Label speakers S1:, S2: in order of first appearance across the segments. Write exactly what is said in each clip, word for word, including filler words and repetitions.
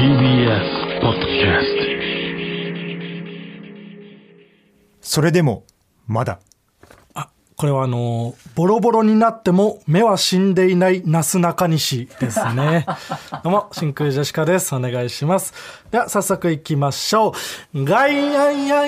S1: ティービーエス ポッドキャスト。
S2: それでもまだ。
S3: あ、これはあのー、ボロボロになっても目は死んでいないなすなかにしですね。どうも真空ジェシカです。お願いします。では早速いきましょう。ガイアイアイ。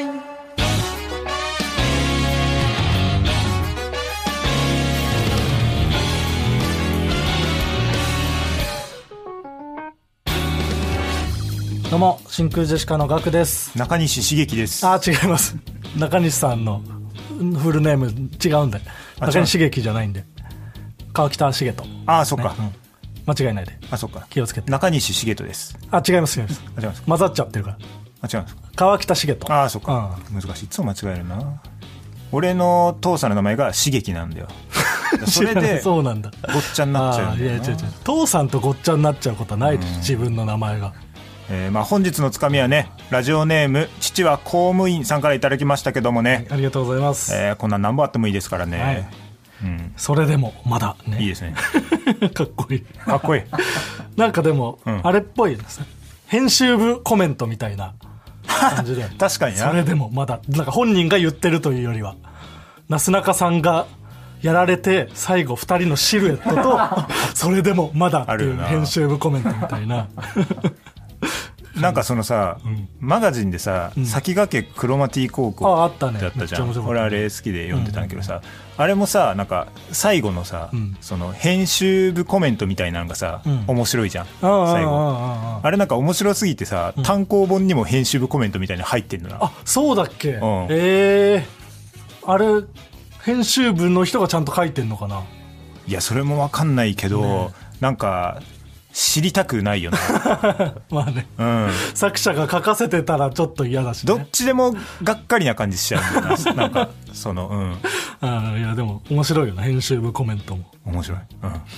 S3: どうも真空ジェシカのガクです。
S2: 中西茂樹です。
S3: あ、違います。中西さんのフルネーム違うんで、中西茂樹じゃないんで、川北茂人。
S2: ああ、そっか、
S3: ね、うん、間違いないで。
S2: あ、そっか、
S3: 気をつけて。
S2: 中西茂人です。
S3: あ、違います違います。
S2: あ、違います。
S3: 混ざっちゃってるから。
S2: あ、違います。
S3: 川北茂人。
S2: ああ、そっか、うん、難しい。いつも間違えるな。俺の父さんの名前が茂樹なんだよ。それで
S3: そうなんだ、
S2: ごっちゃになっちゃうんだよな。
S3: あ、いや違う違う、父さんとごっちゃになっちゃうことはないです、うん、自分の名前が。
S2: えーまあ、本日のつかみはね、ラジオネーム父は公務員さんからいただきましたけどもね、はい、
S3: ありがとうございます。
S2: えー、こんな何本あってもいいですからね、はい、
S3: うん、それでもまだね、
S2: いいですね。
S3: かっこいい、
S2: かっこいい。
S3: なんかでも、うん、あれっぽいですね、編集部コメントみたいな感じで
S2: 確かにな。
S3: それでもまだなんか本人が言ってるというよりは、なすなかさんがやられて最後ふたりのシルエットとそれでもまだっていう編集部コメントみたいな。
S2: なんかそのさ、うん、マガジンでさ、うん、先駆けクロマティ高校だったじゃん。俺あれ好きで読んでたんだけどさ、うんうんうん、あれもさ、なんか最後のさ、うん、その編集部コメントみたいなのがさ、うん、面白いじゃん、最後。あれなんか面白すぎてさ、うん、単行本にも編集部コメントみたいに入ってんのな。
S3: あ、そうだっけ、うん、えー、あれ編集部の人がちゃんと書いてんのかな。
S2: いや、それも分かんないけど、ね、なんか知りたくないよね。
S3: まあね、うん、作者が書かせてたらちょっと嫌だし、ね、
S2: どっちでもがっかりな感じしちゃうんだよな。なんかその、うん、
S3: あ、いやでも面白いよな、編集部コメントも
S2: 面白い、うん、はい、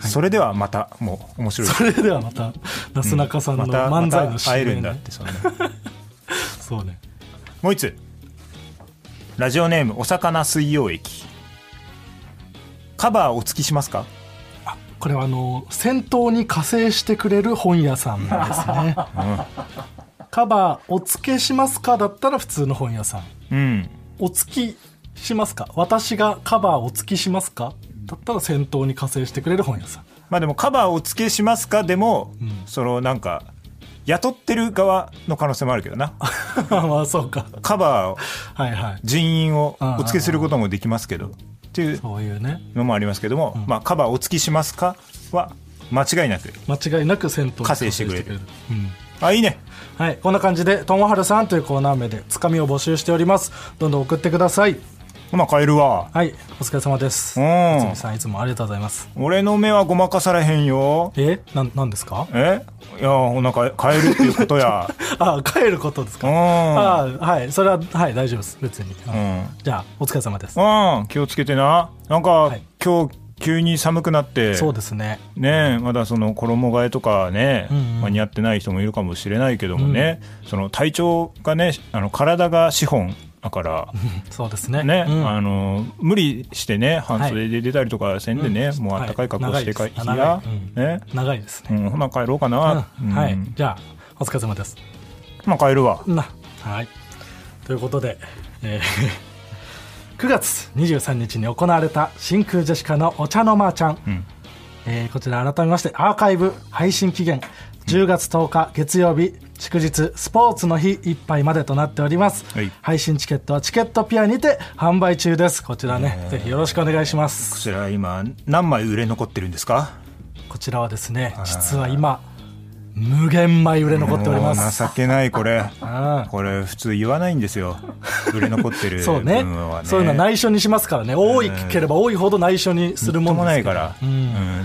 S2: それではまた、もう面白い。
S3: それではまたなすなかさんの漫才の
S2: 締め、ね、また会えるんだって。そんな
S3: そうね。
S2: もう一つ、ラジオネームお魚水溶液。カバーお付きしますか？
S3: これはあの先頭に加勢してくれる本屋さんですね、うん、カバーお付けしますかだったら普通の本屋さん、うん、お付きしますか、私がカバーお付きしますかだったら先頭に加勢してくれる本屋さん。
S2: まあでもカバーお付けしますかでも、うん、そのなんか雇ってる側の可能性もあるけどな。
S3: まあそうか、
S2: カバーを、はいはい、人員をお付けすることもできますけどっていうのもありますけども、うん、まあ、カバーお付きしますかは間違いなく
S3: 間違いなく先頭に
S2: 加勢してくれる、
S3: うん、
S2: あ、いいね。
S3: はい、こんな感じでともはるさんというコーナー名でつかみを募集しております。どんどん送ってください。
S2: ほな帰るわ。
S3: はい、お疲れ様です。いつみさんいつもありがとうございます。
S2: 俺の目はごまかされへんよ。
S3: え、な、なんですか？
S2: え、いや、ほな帰るっていうことや。
S3: あ、帰ることですか？あ、はい、それははい大丈夫です、別に、うん、じゃあお疲れ様です。
S2: うん、気をつけてな。なんか、はい、今日急に寒くなって。
S3: そうですね。
S2: ね、まだその衣替えとかね、うんうん、間に合ってない人もいるかもしれないけどもね、うん、その体調がね、あの体が資本だから
S3: そうですね、
S2: ね、うん、あの無理してね半袖で出たりとかせんでね、はい、もうあったかい格好してか、はい、いや、
S3: うん、ね、長いですね、
S2: うん、ほな帰ろうかな、
S3: うんうん、はい、じゃあお疲れ様です。
S2: まあ帰るわ
S3: な。はい、ということで、えー、くがつにじゅうさんにちに行われた真空ジェシカのお茶の間ちゃん、うん、えー、こちら改めましてアーカイブ配信期限じゅうがつとおか月曜日祝日スポーツの日いっぱいまでとなっております、はい、配信チケットはチケットピアにて販売中です。こちらね、ぜひよろしくお願いします。
S2: こちら今何枚売れ残ってるんですか？
S3: こちらはですね、実は今無限枚売れ残っております。
S2: 情けないこれ。これ普通言わないんですよ、売れ残ってる分はね。
S3: そうね、そういうのは内緒にしますからね。多いければ多いほど内緒にするもんですけど、
S2: もないから、うんうん、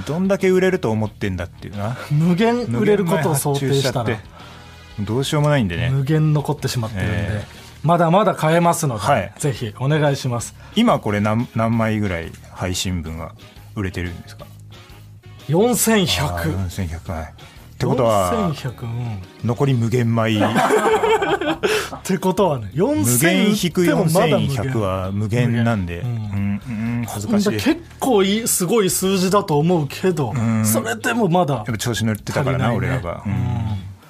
S2: どんだけ売れると思ってんだっていうな。
S3: 無限売れることを想定したら
S2: どうしようもないんでね、
S3: 無限残ってしまってるんで、えー、まだまだ買えますので、はい、ぜひお願いします。
S2: 今これ 何, 何枚ぐらい配信分は売れてるんですか？
S3: よんせんひゃく。
S2: よんせんひゃく、はい。ってことは
S3: よんせんひゃく、うん、
S2: 残り無限枚
S3: ってことはね、よんせん
S2: 無限引くよんせんひゃくは無限なんで、うんうんうん、恥ずかしい。
S3: 結構いいすごい数字だと思うけど、うん、それでもまだ
S2: やっぱ調子乗ってたからな、俺らが、うん、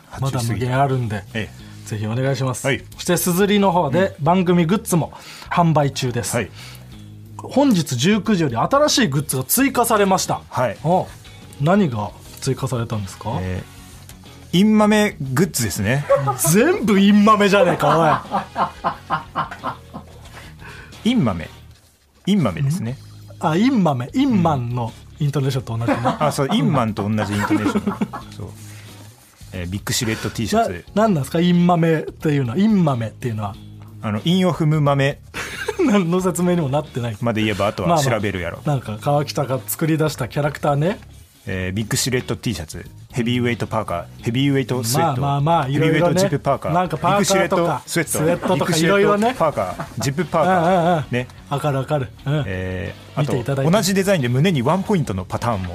S3: まだ無限あるんで、
S2: え
S3: え、ぜひお願いします、
S2: はい、
S3: そしてすずりの方で番組グッズも販売中です、はい、本日じゅうくじより新しいグッズが追加されました、
S2: はい、
S3: お何が追加されたんですか？
S2: えー、インマメグッズですね。
S3: 全部インマメじゃねえか
S2: おい。インマメインマメですね。
S3: あ、インマメインマンのイントネーションと同じ、ね、
S2: あ、そう、インマンと同じイントネーションそう、えー、ビッグシルエット T シャツ。
S3: な、なんなんですかインマメっていうのは？インマメっていうのは
S2: あの韻を踏む豆
S3: 何の説明にもなってない
S2: まで言えばあとは調べるやろ、
S3: まあまあ、なんか川北が作り出したキャラクターね、
S2: えー、ビッグシルエット T シャツ、ヘビーウェイトパーカー、ヘビーウェイトスウェット、
S3: まあまあまあいろいろね、
S2: ヘビーウェイトジップパーカー、
S3: なんかパーカーとか
S2: ビッグシルエットスウェット、
S3: スウェットとかいろいろね、
S2: パーカー、ジップパーカー、
S3: うんうん、
S2: ね、
S3: わかるわかる、うん、
S2: えー、あと同じデザインで胸にワンポイントのパターンも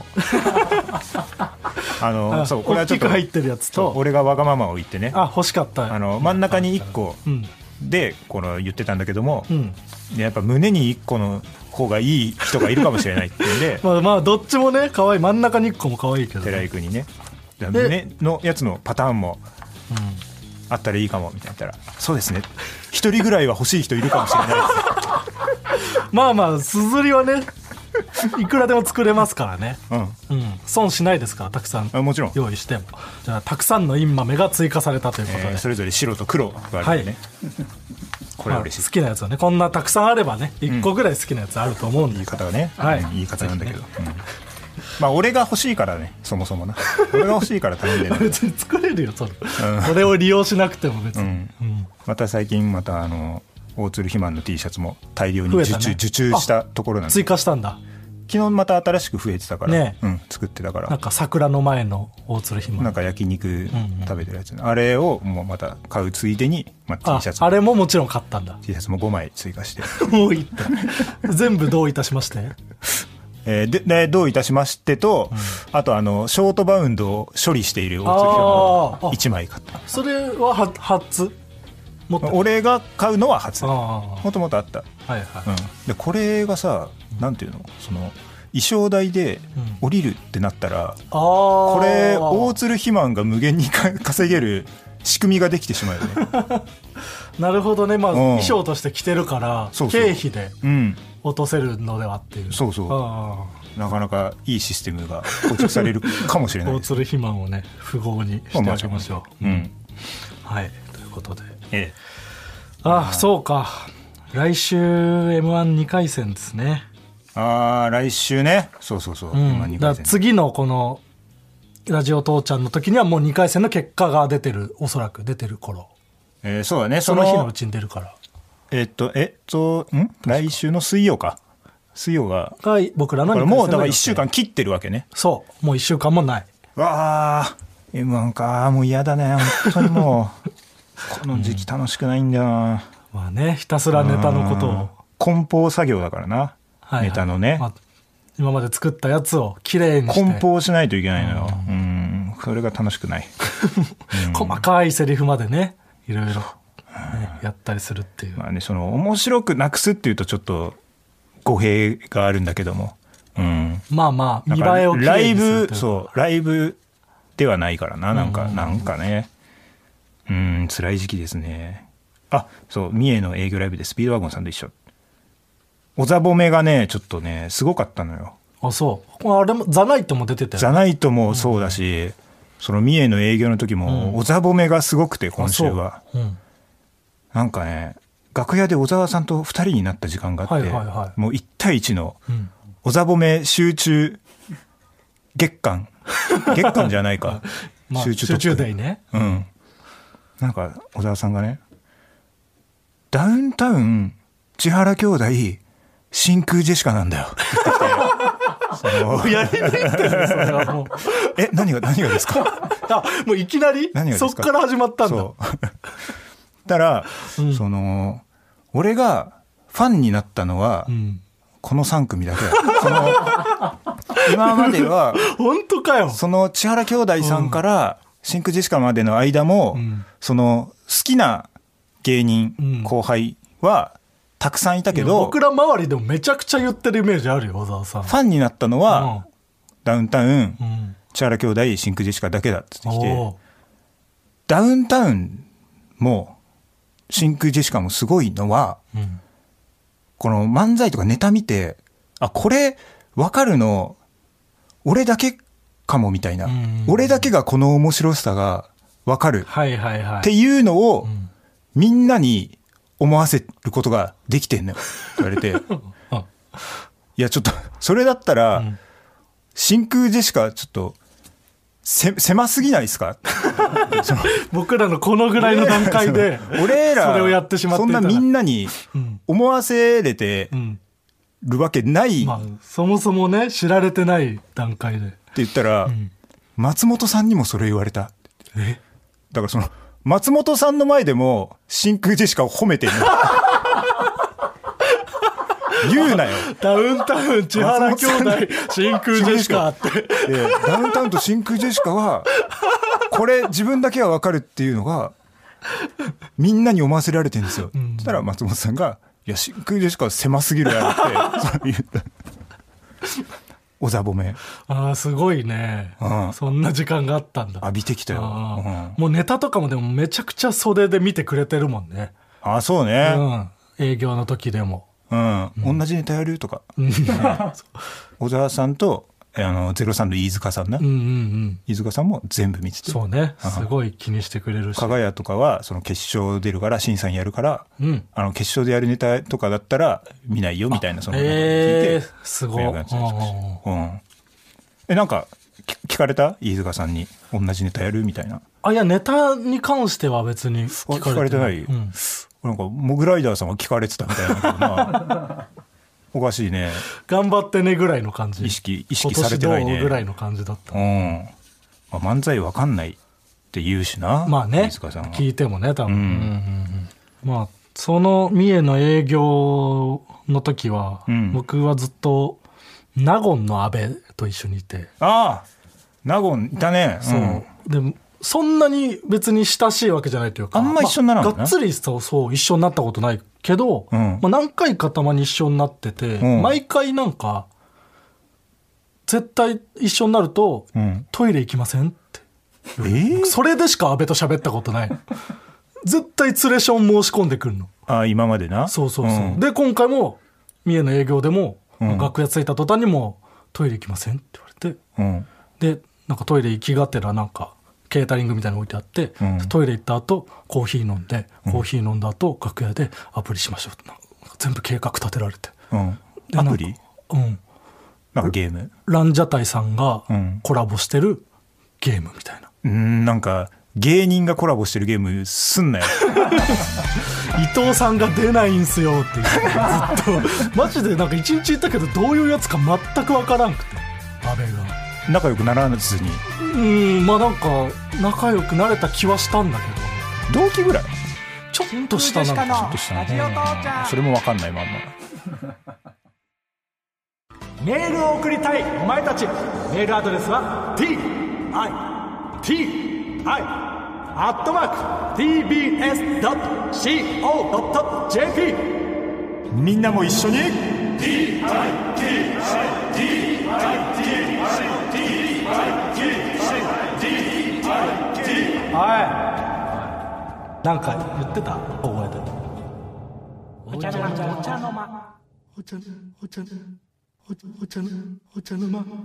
S2: あの
S3: あ、
S2: そう、これはちょっと
S3: 大きく入ってるやつと、
S2: 俺がわがままを言ってね、
S3: あ、欲しかった、
S2: あの真ん中にいっこでこの言ってたんだけども、うん、やっぱ胸にいっこの方がいい人がいるかもしれないっていうんで
S3: まあまあどっちもね可愛い、真ん中にいっこも可愛いけど、ね、
S2: 寺井君にね、胸のやつのパターンもあったらいいかもみたいな言ったら、そうですね、一人ぐらいは欲しい人いるかもしれないです
S3: まあまあすずりはねいくらでも作れますからね、
S2: うん
S3: うん、損しないですから、たくさん
S2: もちろん
S3: 用意しても。じゃあたくさんのインマメが追加されたということで、
S2: えー、それぞれ白と黒があるんでね、はい、これは嬉しい、
S3: まあ、好きなやつはね、こんなたくさんあればねいっこぐらい好きなやつあると思うんで、
S2: 言い方はね、
S3: はい、
S2: 言い方なんだけど、ね、うん、まあ俺が欲しいからね、そもそもな俺が欲しいから頼んでる
S3: 別に作れるよそれ、うん、俺を利用しなくても別に、うん
S2: うん、また最近またあの大鶴ひまんの T シャツも大量に受注、ね、受注したところなんで、
S3: 追加したんだ。
S2: 昨日また新しく増えてたから、ね、うん、作ってたから、
S3: なんか桜の前の大鶴ひま
S2: なんか焼肉食べてるやつ、うんうん、あれをもうまた買うついでに、まあ、T シャツ
S3: あ, あれももちろん買ったんだ。
S2: T シャツもごまい追加して
S3: もういった全部どういたしまして
S2: えー、で, でどういたしましてと、うん、あとあのショートバウンドを処理している大鶴ひまをいちまい買った。
S3: それはは初
S2: もっと俺が買うのは初、もともとあった、
S3: はいはい、うん、
S2: でこれがさ、なんていうの、その衣装代で降りるってなったら、うん、これ大鶴ひまんが無限に稼げる仕組みができてしまうよね
S3: なるほどね、まあ、うん、衣装として着てるからそうそう経費で落とせるのではっていう、うん、
S2: そうそうなかなかいいシステムが構築されるかもしれない
S3: 大鶴ひまんをね富豪にしてあげましょう、うん、はい、ということで、
S2: ええ、
S3: ああそうか、来週 エムワンに 回戦ですね。
S2: ああ来週ね、そうそうそう、うん、今にかい戦、
S3: だから次のこのラジオ父ちゃんの時にはもうにかい戦の結果が出てる、おそらく出てる頃、
S2: えー、そうだね、
S3: その日のうちに出るから、
S2: えー、っとえっとん来週の水曜か、水曜が
S3: が僕らのにかい戦の、
S2: もうだからいっしゅうかん切ってるわけね。
S3: そうもういっしゅうかんもない。
S2: わあ エムワン か、もう嫌だね本当にもうこの時期楽しくないんだよな、うん、
S3: まあね、ひたすらネタのことを
S2: 梱包作業だからな、はいはい、ネタのね、まあ、
S3: 今まで作ったやつをきれいにして
S2: 梱包しないといけないのよ、うん、うん、それが楽しくない、
S3: うん、細かいセリフまでねいろいろ、ね、やったりするっていう、
S2: まあね、その面白くなくすっていうとちょっと語弊があるんだけども、うん、
S3: まあまあ見栄えをきれいにする
S2: ライブ、そうライブではないからな、なんか、うん、なんかね、うん、辛い時期ですね。あ、そう、三重の営業ライブでスピードワゴンさんと一緒。おざぼめがね、ちょっとね、すごかったのよ。
S3: あ、そう。あれも、ザナイトも出てたよ。
S2: ザナイトもそうだし、うん、その三重の営業の時も、うん、おざぼめがすごくて、今週は。うん、なんかね、楽屋で小沢さんと二人になった時間があって、はいはいはい、もう一対一の、おざぼめ集中月間。月間じゃないか。
S3: まあ、集中特集デイね。
S2: うん。なんか小沢さんがね、ダウンタウン千原兄弟真空ジェシカなんだよって
S3: もうやり抜いてる、それはもう
S2: え何が何がですか
S3: あ、もういきなりそっから始まったんだ。そう
S2: だから、うん、その俺がファンになったのは、うん、このさん組だけだ。その今までは
S3: 本当かよ、
S2: その千原兄弟さんから真空ジェシカまでの間も、うん、その好きな芸人、うん、後輩はたくさんいたけど、
S3: 僕ら周りでもめちゃくちゃ言ってるイメージあるよ、小沢さん。
S2: ファンになったのは、うん、ダウンタウン、うん、千原兄弟真空ジェシカだけだって言ってきて、 ダウンタウンも真空ジェシカもすごいのは、うん、この漫才とかネタ見て、あ、これ分かるの俺だけかもみたいな、うん、俺だけがこの面白さが分かるっていうのをみんなに思わせることができてんのよって言われていやちょっとそれだったら、うん、真空ジェシカちょっとせ狭すぎないですか
S3: 僕らのこのぐらいの段階で
S2: 俺ら
S3: それをやってしまっていたら
S2: そんなみんなに思わせれてるわけない、うん
S3: まあ、そもそもね知られてない段階でって
S2: 言ったら、うん、松本さんにもそれ言われた。
S3: え
S2: だからその松本さんの前でも真空ジェシカを褒めてる言うなよ。
S3: ダウンタウン千原兄弟真空ジェシカって
S2: ダウンタウンと真空ジェシカはこれ自分だけは分かるっていうのがみんなに思わせられてるんですよ、うん、そしたら松本さんがいや真空ジェシカは狭すぎるやろってそう言ったおざぼめ。
S3: ああすごいね、うん、そんな時間があったんだ。
S2: 浴びてきたよ、うん、
S3: もうネタとかもでもめちゃくちゃ袖で見てくれてるもんね。
S2: ああそうね、
S3: うん、営業の時でも
S2: うん、うん、同じネタやるとか小沢さんとあのゼロさんの飯塚さんね、うんうんうん、飯塚さんも全部見てて
S3: そうねすごい気にしてくれるし
S2: 加賀谷とかはその決勝出るから審査員やるから、うん、あの決勝でやるネタとかだったら見ないよみたいなその聞いて、
S3: えー、すごい、うん、
S2: えなんか聞かれた飯塚さんに同じネタやるみたいな。
S3: あいやネタに関しては別に聞かれてない。
S2: 聞かれてない、うんなんかモグライダーさんが聞かれてたみたいなけどなおかしいね。
S3: 頑張ってねぐらいの感じ。
S2: 意識意識されてないね。
S3: 今年どうぐらいの感じだった、
S2: うんまあ、漫才わかんないって言うしな。
S3: まあね聞いてもね多分、うんうんうん、まあその三重の営業の時は、うん、僕はずっと納言の阿部と一緒にいて。
S2: ああ納言いたね、
S3: そう、うん、でそんなに別に親しいわけじゃないというか
S2: あんま一緒にならない、
S3: まあ、がっつりそうそう一緒になったことないけど、うんまあ、何回かたまに一緒になってて、うん、毎回なんか絶対一緒になると、うん、トイレ行きませんって、えー、それでしか安倍と喋ったことない絶対ツレション申し込んでくるの。
S2: あ今までな。
S3: そうそうそう、うん、で今回も三重の営業でも、うん、楽屋着いた途端にもトイレ行きませんって言われて、うん、でなんかトイレ行きがてらなんかケータリングみたいに置いてあって、うん、トイレ行った後コーヒー飲んで、コーヒー飲んだ後楽屋でアプリしましょうなんか全部計画立てられて、
S2: うん、アプリうんなんかゲーム
S3: ランジャタイさんがコラボしてるゲームみたいな、
S2: うん、なんか芸人がコラボしてるゲームすんなよ
S3: 伊藤さんが出ないんすよって言ってずっとマジでなんか一日言ったけどどういうやつか全く分からんくて安倍が
S2: 仲良くならずに
S3: うんまあなんか仲良くなれた気はしたんだけ
S2: ど同期ぐらい
S3: ちょっと下なんかちょっと下なん
S2: かそれも分かんないまんま
S3: メールを送りたいお前たちメールアドレスは ティーアイティーアイ アットマーク ティービーエスドットシーオードットジェーピー
S2: みんなも一緒に ティーアイティーアイ ティーアイ ティーアイ ティーアイ ティーアイ
S3: はいなんか言ってた覚えてるお茶の間お茶の間お茶のお茶のお茶のお茶の間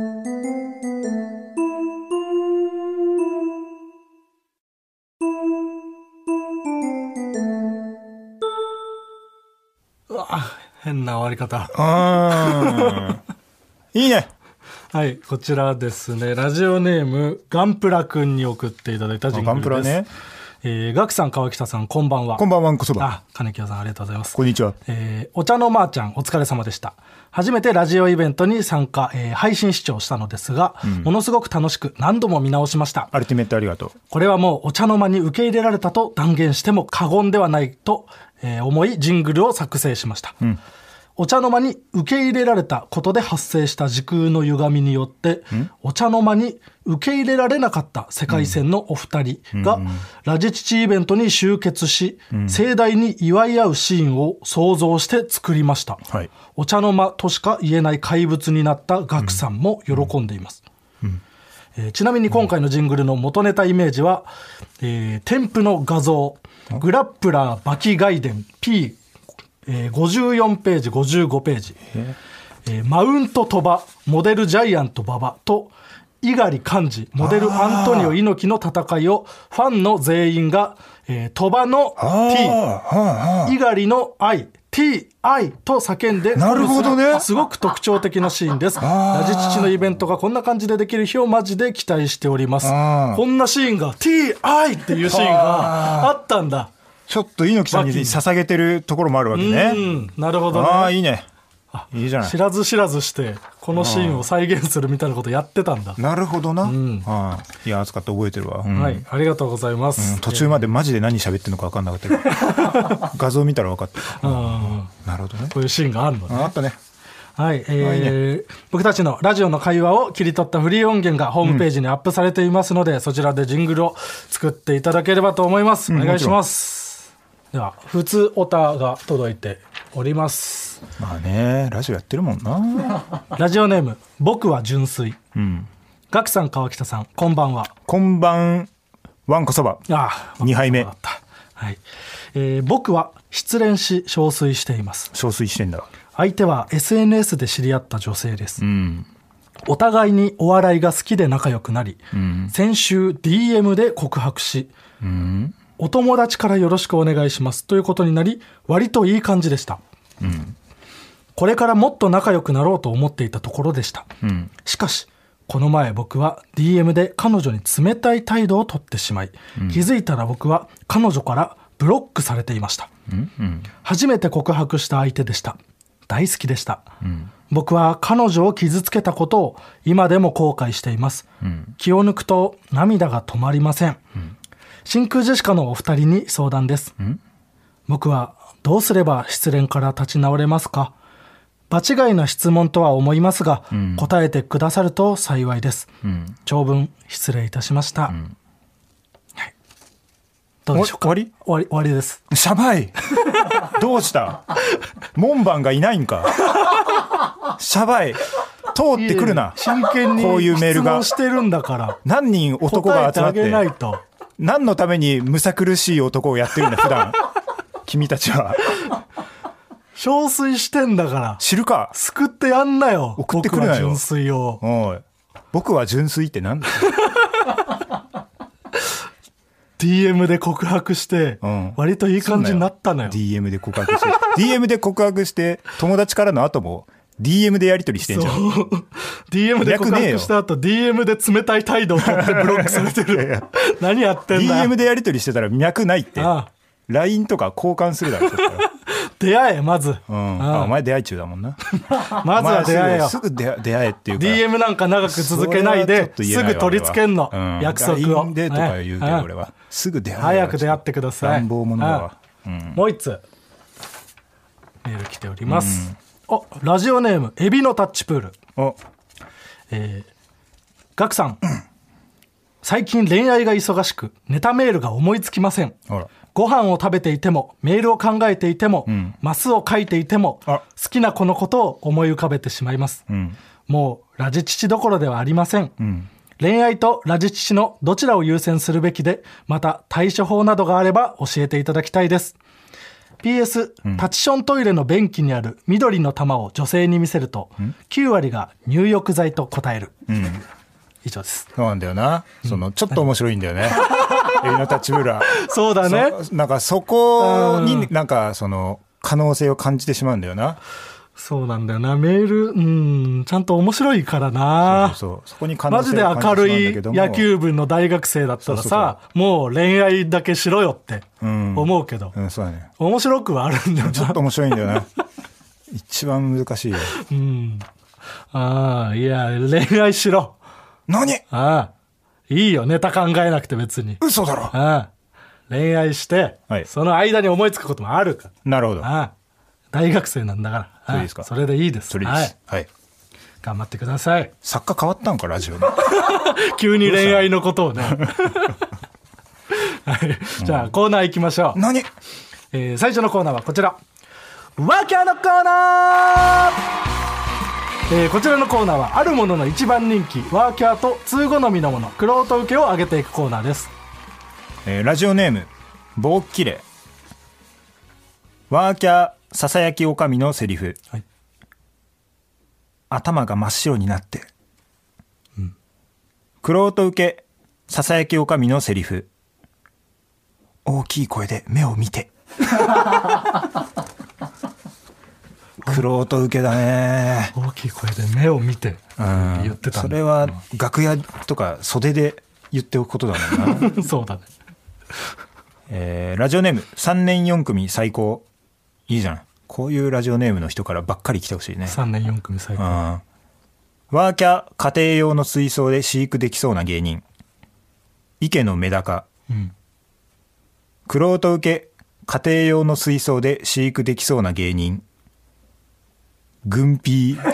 S3: うわ変な終わり方
S2: あいいね
S3: はいこちらですねラジオネームガンプラくんに送っていただいたジングルです。ガンプラねえー、ガクさん川北さんこんばんは。
S2: こんばんはんこそば。
S3: あ金清さんありがとうございます。
S2: こんにちは。
S3: えー、お茶のまーちゃんお疲れ様でした。初めてラジオイベントに参加、えー、配信視聴したのですが、うん、ものすごく楽しく何度も見直しました。
S2: アルティメットありがとう。
S3: これはもうお茶の間に受け入れられたと断言しても過言ではないと、えー、思いジングルを作成しました、うん、お茶の間に受け入れられたことで発生した時空の歪みによってお茶の間に受け入れられなかった世界線のお二人がラジチチイベントに集結し、うん、盛大に祝い合うシーンを想像して作りました、はい、お茶の間としか言えない怪物になったガクさんも喜んでいます、うんうんえー、ちなみに今回のジングルの元ネタイメージは、えー、添付の画像グラップラーバキ外伝 P、えー、ごじゅうよんページごじゅうごページ、えー、マウント鳥羽モデルジャイアント馬場と猪狩寛治モデルアントニオ猪木の戦いをファンの全員が、えー、鳥羽の T 猪狩の Iティーアイ と叫んで
S2: なるほどね、
S3: すごく特徴的なシーンです。ラジチチのイベントがこんな感じでできる日をマジで期待しております。こんなシーンが ティーアイ っていうシーンがあったんだ。
S2: ちょっと猪木さんに捧げてるところもあるわけね。
S3: うん、なるほどね。
S2: ああいいね、いいじゃない。
S3: 知らず知らずしてこのシーンを再現するみたいなことやってたんだ。
S2: なるほどな、うん、あいや熱かった覚えてるわ、うん、
S3: はい、ありがとうございます、
S2: うん、途中までマジで何喋ってるのか分かんなかったけど画像見たら分かった、うん、なるほどね、
S3: こういうシーンがあるのね。
S2: あったね。
S3: はい、えーいいね、僕たちのラジオの会話を切り取ったフリー音源がホームページにアップされていますので、うん、そちらでジングルを作っていただければと思います、うん、お願いします。では普通オタが届いております。
S2: まあね、ラジオやってるもんな。
S3: ラジオネーム僕は純粋、うん、ガクさん川北さんこんばんは。
S2: こんばんわんこそばにはいめ、
S3: はいえー、僕は失恋し憔悴しています。
S2: 憔悴してんだ。
S3: 相手は エスエヌエス で知り合った女性です、
S2: うん、
S3: お互いにお笑いが好きで仲良くなり、うん、先週 ディーエム で告白し、うん、お友達からよろしくお願いしますということになり割といい感じでした、うん、これからもっと仲良くなろうと思っていたところでした、うん、しかしこの前僕は ディーエム で彼女に冷たい態度をとってしまい、うん、気づいたら僕は彼女からブロックされていました、うんうん、初めて告白した相手でした。大好きでした、うん、僕は彼女を傷つけたことを今でも後悔しています、うん、気を抜くと涙が止まりません、うん、真空ジェシカのお二人に相談です、うん、僕はどうすれば失恋から立ち直れますか。場違いな質問とは思いますが、うん、答えてくださると幸いです、うん、長文失礼いたしました、うんはい、どうでしょうか。
S2: 終わり
S3: 終わり終わりです。
S2: シャバいどうした門番がいないんかシャバい通ってくるな。
S3: 真剣に
S2: こういうメールが
S3: 質問してるんだから
S2: 何人男が集まって
S3: 答えてあげないと。
S2: 何のためにむさ苦しい男をやってるんだ普段君たちは。
S3: 憔悴してんだから
S2: 知るか。
S3: 救ってやんなよ。
S2: 送ってくるなよ。
S3: 僕は純粋を。
S2: おい僕は純粋って何だよ
S3: ディーエム で告白して、うん、割といい感じになったのよ。
S2: ディーエム で告白してディーエム で告白して友達からの後も ディーエム でやり取りしてんじゃん。
S3: ディーエム で告白した後 ディーエム で冷たい態度を取ってブロックされてるいやいや何やってんだよ。
S2: ディーエム でやり取りしてたら脈ないって。ああ ライン とか交換するだろそしたら
S3: 出会えまず、
S2: うん、ああお前出会い中だもんな
S3: まずは出会えよ。
S2: すぐ出会えっていうか
S3: ディーエム なんか長く続けないですぐ取り付けんの、うん、約束を
S2: ライン でとか言うけど俺はすぐ出会え。
S3: 早く出会ってください。
S2: 乱暴者だわ、うん、
S3: もう一つメール来ております、うん、おラジオネームエビのタッチプール。お、えー、ガクさん、うん、最近恋愛が忙しくネタメールが思いつきません。あらご飯を食べていてもメールを考えていても、うん、マスを書いていても好きな子のことを思い浮かべてしまいます、うん、もうラジチチどころではありません、うん、恋愛とラジチチのどちらを優先するべきでまた対処法などがあれば教えていただきたいです。 ピーエス、うん、タチショントイレの便器にある緑の玉を女性に見せると、うん、きゅう割が入浴剤と答える、うん、以上です。
S2: そうなんだよな、うん、そのちょっと面白いんだよねエビのタッチブラ。
S3: そうだね。
S2: なんかそこになんかその可能性を感じてしまうんだよな。
S3: そうなんだよな。メールうんちゃんと面白いからな。
S2: そうそうそう、そこに可能性を感じてしまうんだけども、
S3: マジで明るい野球部の大学生だったらさ、そうそうそう、もう恋愛だけしろよって思うけど、うんうん、そうだね、面白くはあるんだよな。
S2: ちょっと面白いんだよな一番難しいよ、
S3: うん、ああいや恋愛しろ。
S2: 何？
S3: ああいいよネタ考えなくて別に。
S2: 嘘だろ。あ
S3: あ恋愛して、はい、その間に思いつくこともあるから。
S2: なるほど。ああ
S3: 大学生なんだから。それですか。それでいいです。
S2: それです。はい。はい、
S3: 頑張ってください。
S2: 作家変わったんかラジオで
S3: 急に恋愛のことをね、はい、じゃあコーナー行きましょう。
S2: 何、
S3: えー、最初のコーナーはこちら、ワーキャーのコーナー。 えー、こちらのコーナーはあるものの一番人気ワーキャーと通好みのもの玄人受けを上げていくコーナーです。
S2: えー、ラジオネーム棒っきれ。ワーキャーささやきおかみのセリフ、はい、頭が真っ白になって、うん、玄人受けささやきおかみのセリフ、大きい声で目を見て。玄人受けだね。
S3: 大きい声で目を見て、うん、言ってたんだ。
S2: それは楽屋とか袖で言っておくことだもんな。
S3: そうだね。
S2: えー、ラジオネームさんねんよん組最高。いいじゃん。こういうラジオネームの人からばっかり来てほしいね。
S3: さんねんよん組最高。うん、
S2: ワーキャー家庭用の水槽で飼育できそうな芸人、池のメダカ。うん、玄人受け家庭用の水槽で飼育できそうな芸人、グンピー。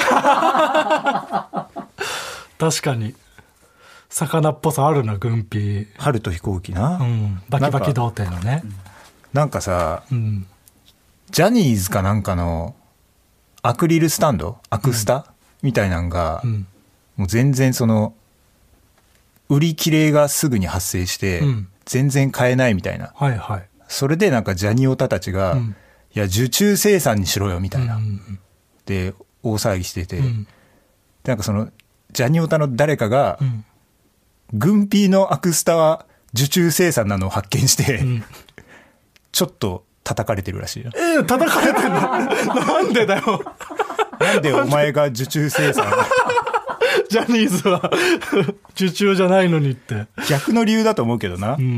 S3: 確かに魚っぽさあるな、グンピー。
S2: 春と飛行機な、うん、
S3: バキバキ童貞のね。
S2: なんかさ、うん、ジャニーズかなんかのアクリルスタンド、アクスタ、うん、みたいなんが、うん、もう全然その売り切れがすぐに発生して、うん、全然買えないみたいな、はいはい、それでなんかジャニオタたちが、うん、いや受注生産にしろよみたいな、うん、で大騒ぎしてて、うん、でなんかそのジャニオタの誰かが、うん、グンピーのアクスタは受注生産なのを発見して、うん、ちょっと叩かれてるらしいよ。
S3: えー、叩かれてるの？なんでだよ。
S2: なんでお前が受注生産
S3: ジャニーズは受注じゃないのにって。
S2: 逆の理由だと思うけどな、うんうん、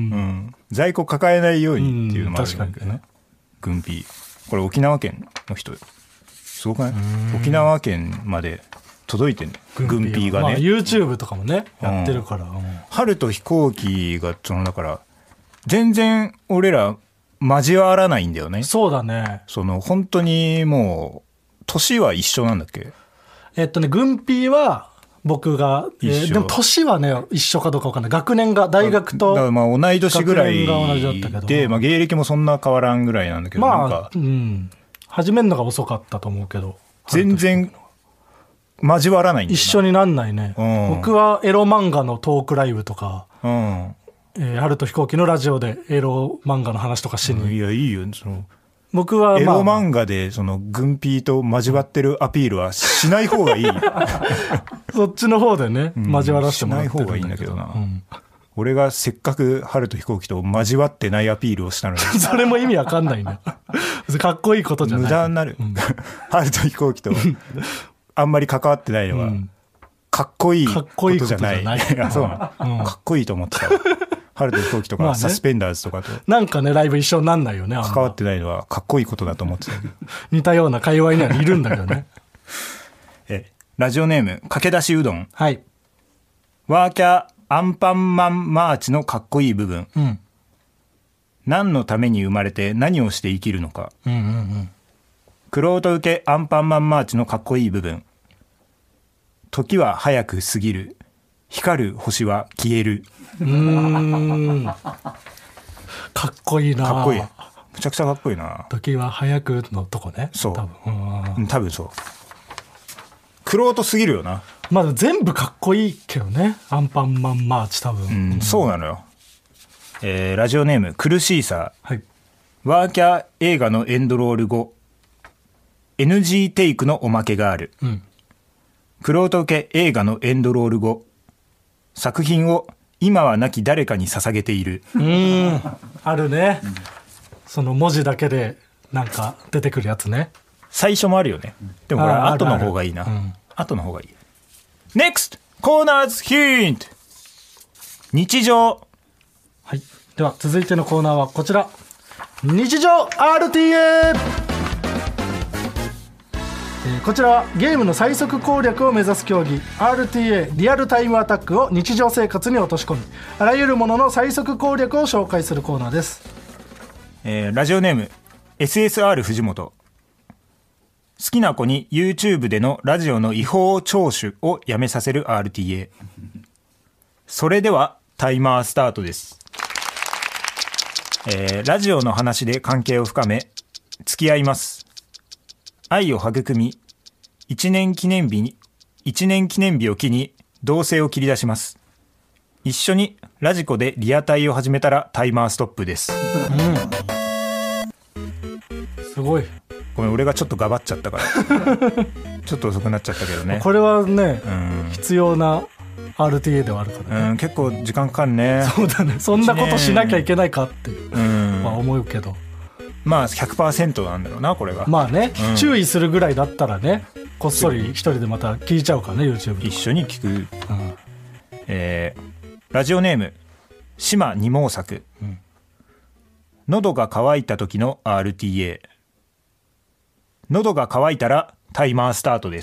S2: 在庫抱えないようにっていうのもあるんだけどね、うん、グンピーこれ沖縄県の人すごくない？沖縄県まで届いてんのグンピーがね、まあ、
S3: YouTube とかもね、うん、やってるから、うん、
S2: 春と飛行機がそのだから全然俺ら交わらないんだよね。
S3: そうだね。
S2: その本当にもう年は一緒なんだっけ？
S3: えっとねグンピーは僕が、えー、でも年はね一緒かどうか分かんない。学年が大学と
S2: だからまあ同い年ぐらいで、まあ、芸歴もそんな変わらんぐらいなんだけど、まあなんか、うん、
S3: 始めるのが遅かったと思うけど
S2: 全然交わらないんだよな。
S3: 一緒になんないね、うん、僕はエロ漫画のトークライブとか、うんえー、春と飛行機のラジオでエロ漫画の話とかしに、うん、
S2: いやいいよその
S3: 僕は、まあ、
S2: エロ漫画でそのグンピーと交わってるアピールはしない方がいい。
S3: そっちの方でね、うん、交わらせてもらってるんだけど、しない方がいいんだけどな、うん、
S2: 俺がせっかく春と飛行機と交わってないアピールをしたのに
S3: それも意味わかんないね。かっこいいことじゃない、
S2: 無駄になる、うん、春と飛行機とあんまり関わってないのは、うん、かっこいいことじゃない。かっこいいことじゃない。あ、そうなの、うん、かっこいいと思ってた。春と飛行機とか、まあね、サスペンダーズとかと
S3: なんかねライブ一緒になんないよね。
S2: 関わってないのはかっこいいことだと思ってたけど
S3: 似たような界隈にはいるんだけどね。
S2: えラジオネーム駆け出しうどん、
S3: はい、
S2: ワーキャーアンパンマンマーチのかっこいい部分、うん、何のために生まれて何をして生きるのか、うんうんうん、玄人受けアンパンマンマーチのかっこいい部分、時は早く過ぎる、光る星は消える。うーん
S3: かっこいいな。
S2: かっこいい、むちゃくちゃかっこいいな。
S3: 時は早くのとこね。
S2: そう多分、うん、多分そう。玄人すぎるよな。
S3: まだ全部かっこいいけどね、アンパンマンマーチ多分、
S2: うんうん、そうなのよ。えー、ラジオネーム苦しいさ、はい、ワーキャー映画のエンドロール後 エヌジー テイクのおまけがある、うん、玄人受け映画のエンドロール後、作品を今は亡き誰かに捧げている。
S3: うーんあるね、うん、その文字だけでなんか出てくるやつね。
S2: 最初もあるよね。でもこれ後の方がいいな。うん、後の方がいい。 ネクスト コーナーズヒント、日常。
S3: はい、では続いてのコーナーはこちら、日常 アールティーエー。こちらはゲームの最速攻略を目指す競技 アールティーエー リアルタイムアタックを日常生活に落とし込み、あらゆるものの最速攻略を紹介するコーナーです。
S2: えー、ラジオネーム エスエスアール 藤本。好きな子に YouTube でのラジオの違法聴取をやめさせる アールティーエー。 それではタイマースタートです。えー、ラジオの話で関係を深め付き合います。愛を育み、いちねん記念日にいちねん記念日を機に同棲を切り出します。一緒にラジコでリアタイを始めたらタイマーストップです、
S3: うん、すごい。
S2: ごめん俺がちょっとガバっちゃったからちょっと遅くなっちゃったけどね。
S3: これはね、うん、必要な アールティーエー ではあるからね、
S2: うん、結構時間かかるね。
S3: そうだね、そんなことしなきゃいけないかって、うん、まあ、思うけど、
S2: まあ ひゃくパーセント なんだろうなこれが。
S3: まあね、うん、注意するぐらいだったらね、こっそり一人でまた聞いちゃうからね YouTube
S2: 一緒に聞く、うん、えー、ラジオネーム島二毛作、うん、喉が渇いた時の アールティーエー。 喉が渇いたらタイマースタートです。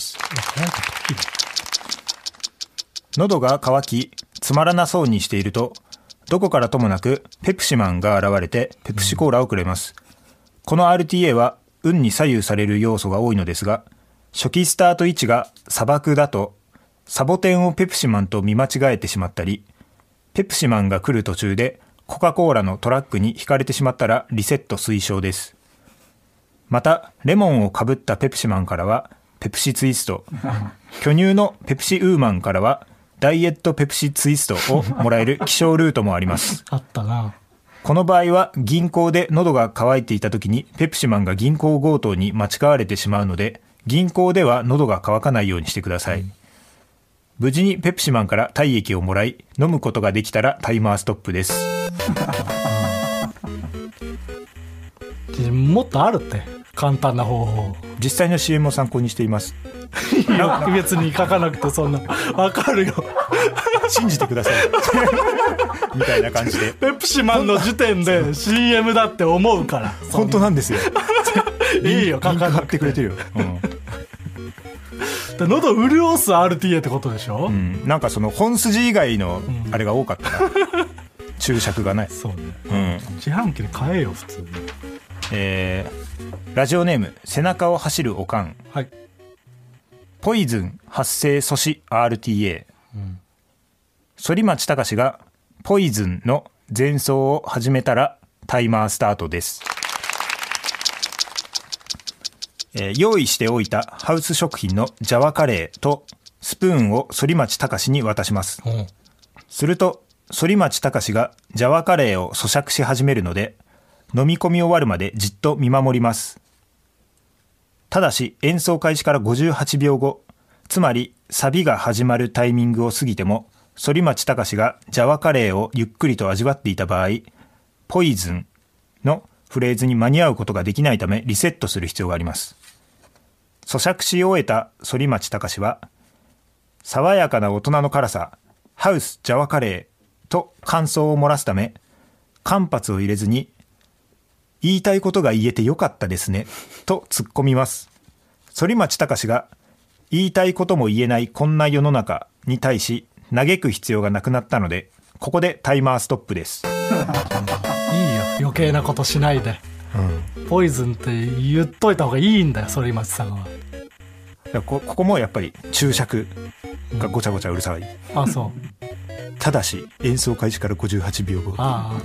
S2: 喉が渇きつまらなそうにしているとどこからともなくペプシマンが現れてペプシコーラをくれます、うん、この アールティーエー は運に左右される要素が多いのですが、初期スタート位置が砂漠だとサボテンをペプシマンと見間違えてしまったり、ペプシマンが来る途中でコカ・コーラのトラックにひかれてしまったらリセット推奨です。またレモンをかぶったペプシマンからはペプシツイスト、巨乳のペプシウーマンからはダイエットペプシツイストをもらえる希少ルートもあります
S3: あったな。
S2: この場合は銀行で喉が渇いていた時にペプシマンが銀行強盗に間違われてしまうので、銀行では喉が渇かないようにしてください、うん、無事にペプシマンから体液をもらい飲むことができたらタイマーストップです
S3: もっとあるって簡単な方法。
S2: 実際の シーエム を参考にしています
S3: いや別に書かなくてそんなわかるよ
S2: 信じてくださいみたいな感じで
S3: ペプシマンの時点で シーエム だって思うから
S2: 本当なんですよ
S3: いいよ書かなくてくれてるよ、うん、喉潤す アールティーエー ってことでしょ、うん、
S2: なんかその本筋以外のあれが多かったな、うん、注釈がない。
S3: そうね、うん、自販機で買えよ普通に。
S2: えー、ラジオネーム背中を走るおかん、はい、ポイズン発生阻止 アールティーエー、うん、反町隆史がポイズンの前奏を始めたらタイマースタートです、えー、用意しておいたハウス食品のジャワカレーとスプーンを反町隆史に渡します、うん、すると反町隆史がジャワカレーを咀嚼し始めるので飲み込み終わるまでじっと見守ります。ただし演奏開始からごじゅうはちびょうご、つまりサビが始まるタイミングを過ぎても反町隆史がジャワカレーをゆっくりと味わっていた場合、ポイズンのフレーズに間に合うことができないためリセットする必要があります。咀嚼し終えた反町隆史は爽やかな大人の辛さハウスジャワカレーと感想を漏らすため間髪を入れずに言いたいことが言えてよかったですねと突っ込みます。反町隆史が言いたいことも言えないこんな世の中に対し嘆く必要がなくなったのでここでタイマーストップですいいよ
S3: 余計なことしないで、うん、ポイズンって言っといた方がいいんだよ反町さんは。
S2: こ, ここもやっぱり注釈がごちゃごちゃうるさい、
S3: うん、あそう
S2: ただし演奏開始からごじゅうはちびょうご、あ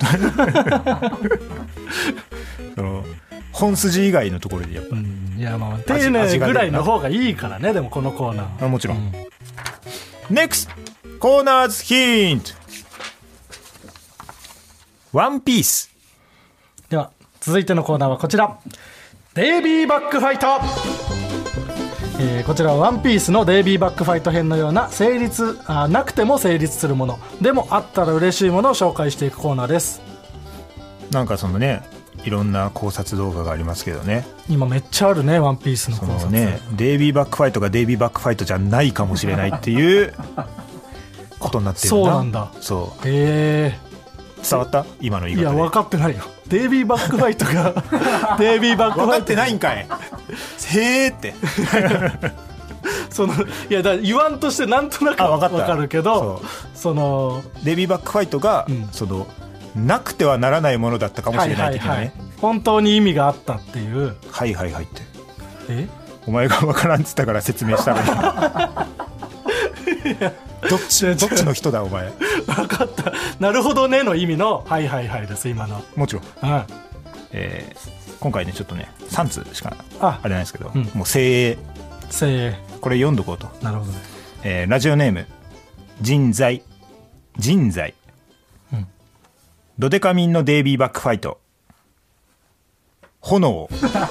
S2: その本筋以外のところでやっぱ、うん、
S3: いやまあ丁寧ぐらいの方がいいからね。でもこのコーナー
S2: あもちろん、うん、ネクストコーナーズヒントワンピース。
S3: では続いてのコーナーはこちら、デイビーバックファイト。えー、こちらはワンピースのデイビーバックファイト編のような成立あなくても成立するものでもあったら嬉しいものを紹介していくコーナーです。
S2: なんかそのねいろんな考察動画がありますけどね、
S3: 今めっちゃあるねワンピースの考察。
S2: そのねデイビーバックファイトがデイビーバックファイトじゃないかもしれないっていうことになってるんだ。
S3: そうなんだ。
S2: そう
S3: へえ
S2: 伝わった今の言い方で。
S3: いや分かってないよ。デイビーバックファイトがデイビーバックファイト
S2: 分かってないんかいへーって
S3: そのいやだ言わんとしてなんとなく分かるけど、そその
S2: デイビーバックファイトが、うん、そのなくてはならないものだったかもしれない的なね、はいはいはい、
S3: 本当に意味があったっていう。
S2: はいはいはいって
S3: え
S2: お前が分からんっつったから説明したのにどっちどっちの人だお前。
S3: 分かったなるほどねの意味のはいはいはいです今の。
S2: もちろん、はい、えー、今回ねちょっとねさん通しかあれないですけど、うん、もう精鋭
S3: 精鋭
S2: これ読んどこうと。
S3: なるほどね。
S2: えー、ラジオネーム人材人材、うん、ドデカミンのデイビーバックファイト炎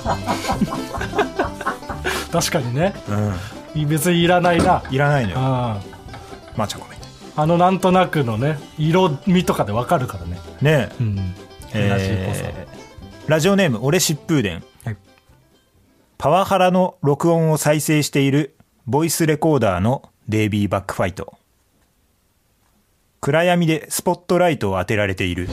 S3: 確かにね、うん、別にいらないない
S2: らないのよ。あまあちゃんごめん
S3: あのなんとなくのね色味とかでわかるからね
S2: ねえ、うんえー、ラジオネーム俺疾風伝、はい、パワハラの録音を再生しているボイスレコーダーのデイビーバックファイト暗闇でスポットライトを当てられている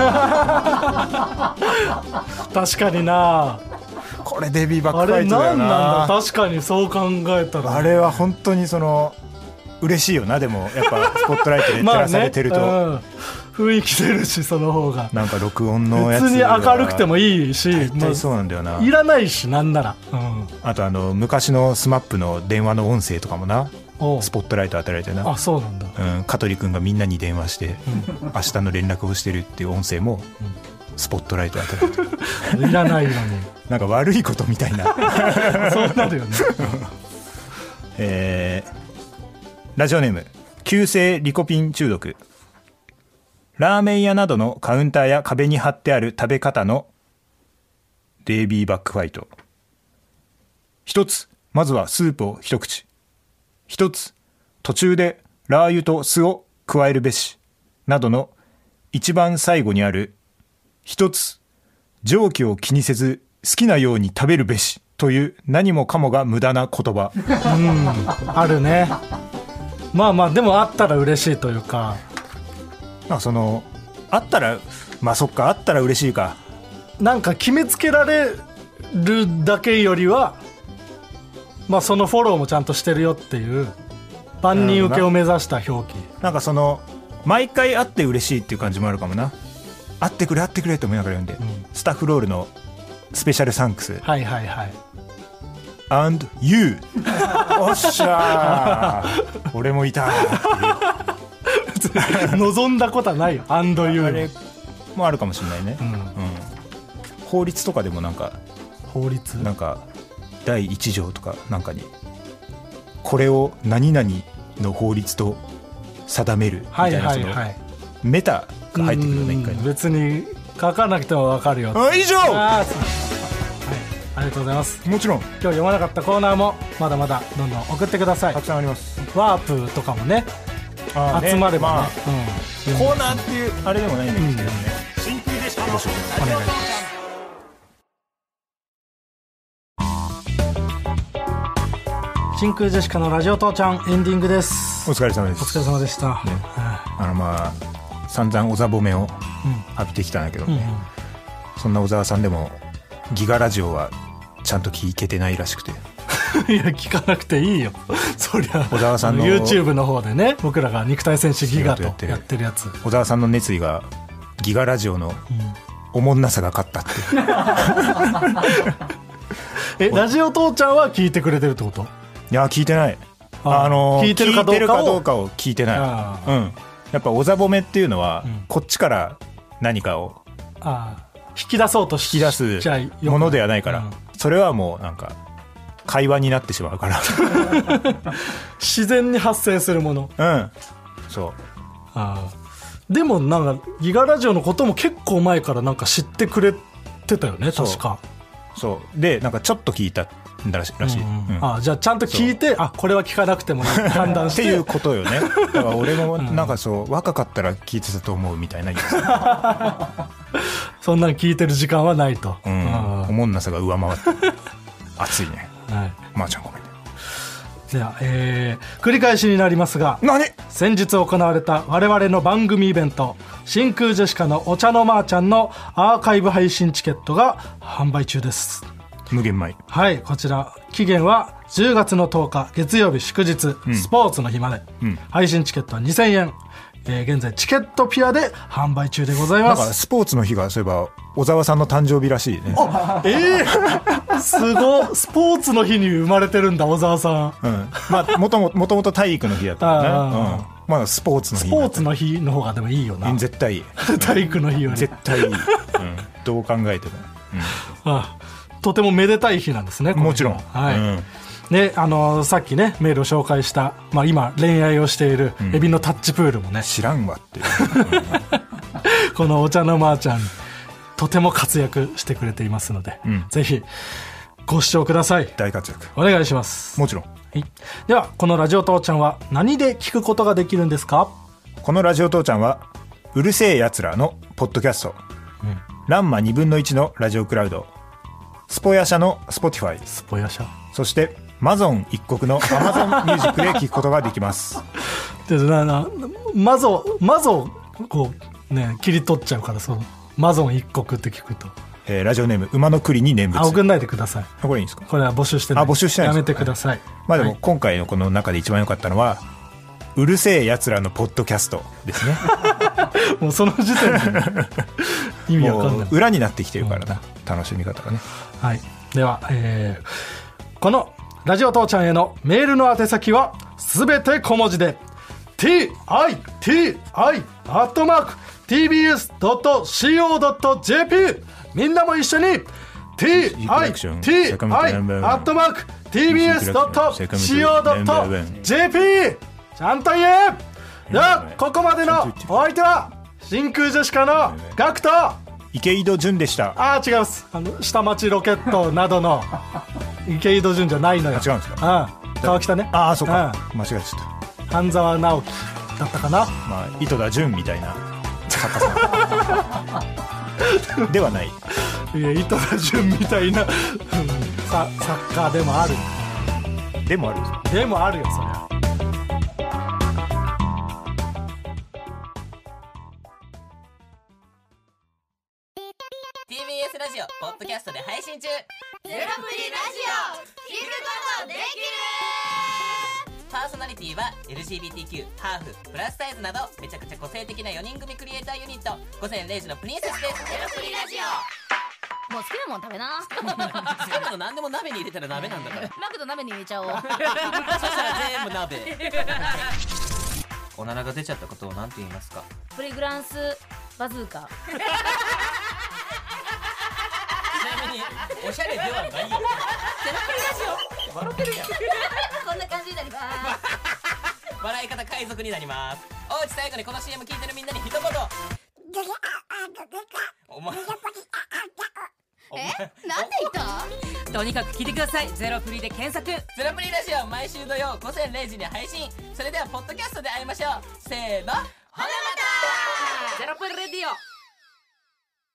S3: 確かにな
S2: これデイビーバックファイトだよな。あれ何なん
S3: だ確かにそう考えたら
S2: あれは本当にその嬉しいよな。でもやっぱスポットライトで照らされてると、まあねうん、
S3: 雰囲気出るしその方が
S2: なんか録音のやつ
S3: 普通に明るくてもいいし
S2: 大体そうなんだよな、
S3: まあ、いらないしなんなら、うん、
S2: あとあの昔のスマップの電話の音声とかもなスポットライト当てられてな。
S3: あそうなんだ、
S2: うん、香取君がみんなに電話して、うん、明日の連絡をしてるっていう音声も、うん、スポットライト当てられてる
S3: いらないのに
S2: なんか悪いことみたいな
S3: そうなるよね
S2: えー、ラジオネーム急性リコピン中毒。ラーメン屋などのカウンターや壁に貼ってある食べ方のデイビーバックファイト。一つまずはスープを一口、一つ途中でラー油と酢を加えるべしなどの一番最後にある一つ蒸気を気にせず好きなように食べるべしという何もかもが無駄な言葉
S3: うんあるね。まあまあでもあったら嬉しいというか、
S2: まあそのあったらまあそっかあったら嬉しいか。
S3: なんか決めつけられるだけよりはまあそのフォローもちゃんとしてるよっていう万人受けを目指した表記。
S2: なんかその毎回会って嬉しいっていう感じもあるかもな。会ってくれ会ってくれと思いながら読んで、うん、スタッフロールのスペシャルサンクス
S3: はいはいはい
S2: and you おっしゃー俺もいた
S3: 望んだことはないよ and you
S2: あれもあるかもしれないね、うんうん、法律とかでもなんか
S3: 法律
S2: なんかだいいち条とかなんかにこれを何々の法律と定めるみたいな、はいはいはい、メタが入ってくるね一回。
S3: 別に書かなくても分かるよ。
S2: あ以上。あ、はい、
S3: ありがとうございます。
S2: もちろん
S3: 今日読まなかったコーナーもまだまだどんどん送ってください。
S2: たくさんあります。
S3: ワープとかもねあ集まればね、まあ
S2: うん、コーナーっていうあれでもないんですけどね、うん、真空でしかお願いします。
S3: 真空ジェシカのラジオ父ちゃんエンディングです。
S2: お疲れ様です。
S3: お疲れ様でした、ね、
S2: あのまあ散々おざぼめを浴びてきたんだけどね、うんうんうん、そんな小沢さんでもギガラジオはちゃんと聞けてないらしくて
S3: いや聞かなくていいよそりゃ小沢さんの YouTube の方でね僕らが肉体戦士ギガとやってるやつ
S2: 小沢さんの熱意がギガラジオのおもんなさが勝ったって
S3: えラジオ父ちゃんは聞いてくれてるってこと？
S2: いや聞いてない。あ、あのー、聞いてるかどうかを、聞いてるかどうかを聞いてない。うん、やっぱおざぼめっていうのは、うん、こっちから何かを
S3: あ引き出そうとし
S2: 引き出すものではないから、うん、それはもうなんか会話になってしまうから
S3: 自然に発生するもの。
S2: うんそう
S3: あでもなんかギガラジオのことも結構前からなんか知ってくれてたよね確か。
S2: そうでなんかちょっと聞いたらしい、うん
S3: うん、あじゃあちゃんと聞いてあこれは聞かなくても判断して
S2: っていうことよね。だから俺もなんかそう、うん、若かったら聞いてたと思うみたいな
S3: そんなの聞いてる時間はないと、
S2: うん、おもんなさが上回って熱いね、はい、まーちゃんごめんね。
S3: では、えー、繰り返しになりますが
S2: 何
S3: 先日行われた我々の番組イベント真空ジェシカのお茶のまーちゃんのアーカイブ配信チケットが販売中です。
S2: 無限米
S3: はいこちら期限はじゅうがつのとおか月曜日祝日、うん、スポーツの日まで、うん、配信チケットはにせんえん、えー、現在チケットピアで販売中でございます。
S2: なんかスポーツの日がそういえば小沢さんの誕生日らしいね。
S3: あえー、すごスポーツの日に生まれてるんだ小沢さん、
S2: うん、まあもとももともと体育の日だったね。あ、うん、まあスポーツの日
S3: スポーツの日の方がでもいいよな。
S2: 絶対いい
S3: 体育の日より
S2: 絶対いい、うん、どう考えても、
S3: うん、あとてもめでたい日なんですね。
S2: もちろん、
S3: はい、うん、 であのさっきねメールを紹介した、まあ、今恋愛をしているエビのタッチプールもね、うん、
S2: 知らんわっていう
S3: このお茶のまーちゃんとても活躍してくれていますので、うん、ぜひご視聴ください。
S2: 大活躍
S3: お願いします。
S2: もちろん、はい、
S3: ではこのラジオ父ちゃんは何で聞くことができるんですか？
S2: このラジオ父ちゃんはうるせえやつらのポッドキャスト、うん、ランマにぶんのいちのラジオクラウド、スポヤ社のスポティファイ、
S3: スポヤ社、
S2: そしてマゾン一国のアマゾンミュージックで聞くことができます
S3: でななマゾマゾこうね切り取っちゃうから、そのマゾン一国って聞くと、
S2: えー、ラジオネーム馬の栗に念仏。
S3: あ、送んないでください。
S2: これいいんですか？
S3: これは募集してない。
S2: あ、募集してない
S3: やめてください。
S2: まあでも今回のこの中で一番良かったのは、うるせえやつらのポッドキャストですね
S3: もうその時点で意味わかんない。
S2: 裏になってきてるからな、楽しみ方がね。
S3: はい、では、えー、このラジオ父ちゃんへのメールの宛先はすべて小文字で ティーアイティーアイ アットマーク ティービーエス ドット シーオー ドット ジェーピー、 みんなも一緒に ティーアイティーアイ アットマーク ティービーエス ドット シーオー ドット ジェーピー、 ちゃんと言え。ではここまでのお相手は真空ジェシカのガクト
S2: 池井戸潤でした。
S3: あー違います、あの下町ロケットなどの池井戸潤じゃないのよ。
S2: 違うんですか？
S3: うん、川北ね。
S2: ああそうか、間違えちゃった。
S3: 半沢直樹だったかな。
S2: まあ井戸田潤みたいな作家さんではない。
S3: いや井戸田潤みたいなさ作家でもある。
S2: でもあるんですか？
S3: でもあるよそりゃ。
S4: ティービーエス ラジオポッドキャストで配信中。ゼロプリラジオ聞くことできる。パーソナリティは エルジービーティーキュー、ハーフ、プラスサイズなどめちゃくちゃ個性的なよにん組クリエイターユニット午前れいじのプリンセスです。ゼロプリラジオ、もう好きなもん食べな好きなの何でも鍋に入れたら鍋なんだからマクド鍋に入れちゃおうそしたら全部鍋おならが出ちゃったことを何て言いますか？
S5: プリグランスバズーカ
S4: ちなみにおしゃれではないよ。ゼロプリラジオ笑ってるやん
S5: こんな感じになります
S4: 笑い方海賊になります。おうち最後にこの シーエム 聞いてるみんなに一言。お前
S5: え、なんで言った？
S4: とにかく聞いてください。ゼロプリで検索。ゼロプリラジオ毎週土曜午前れいじに配信。それではポッドキャストで会いましょう。せーの、ほなまた。ゼロプリレディオ。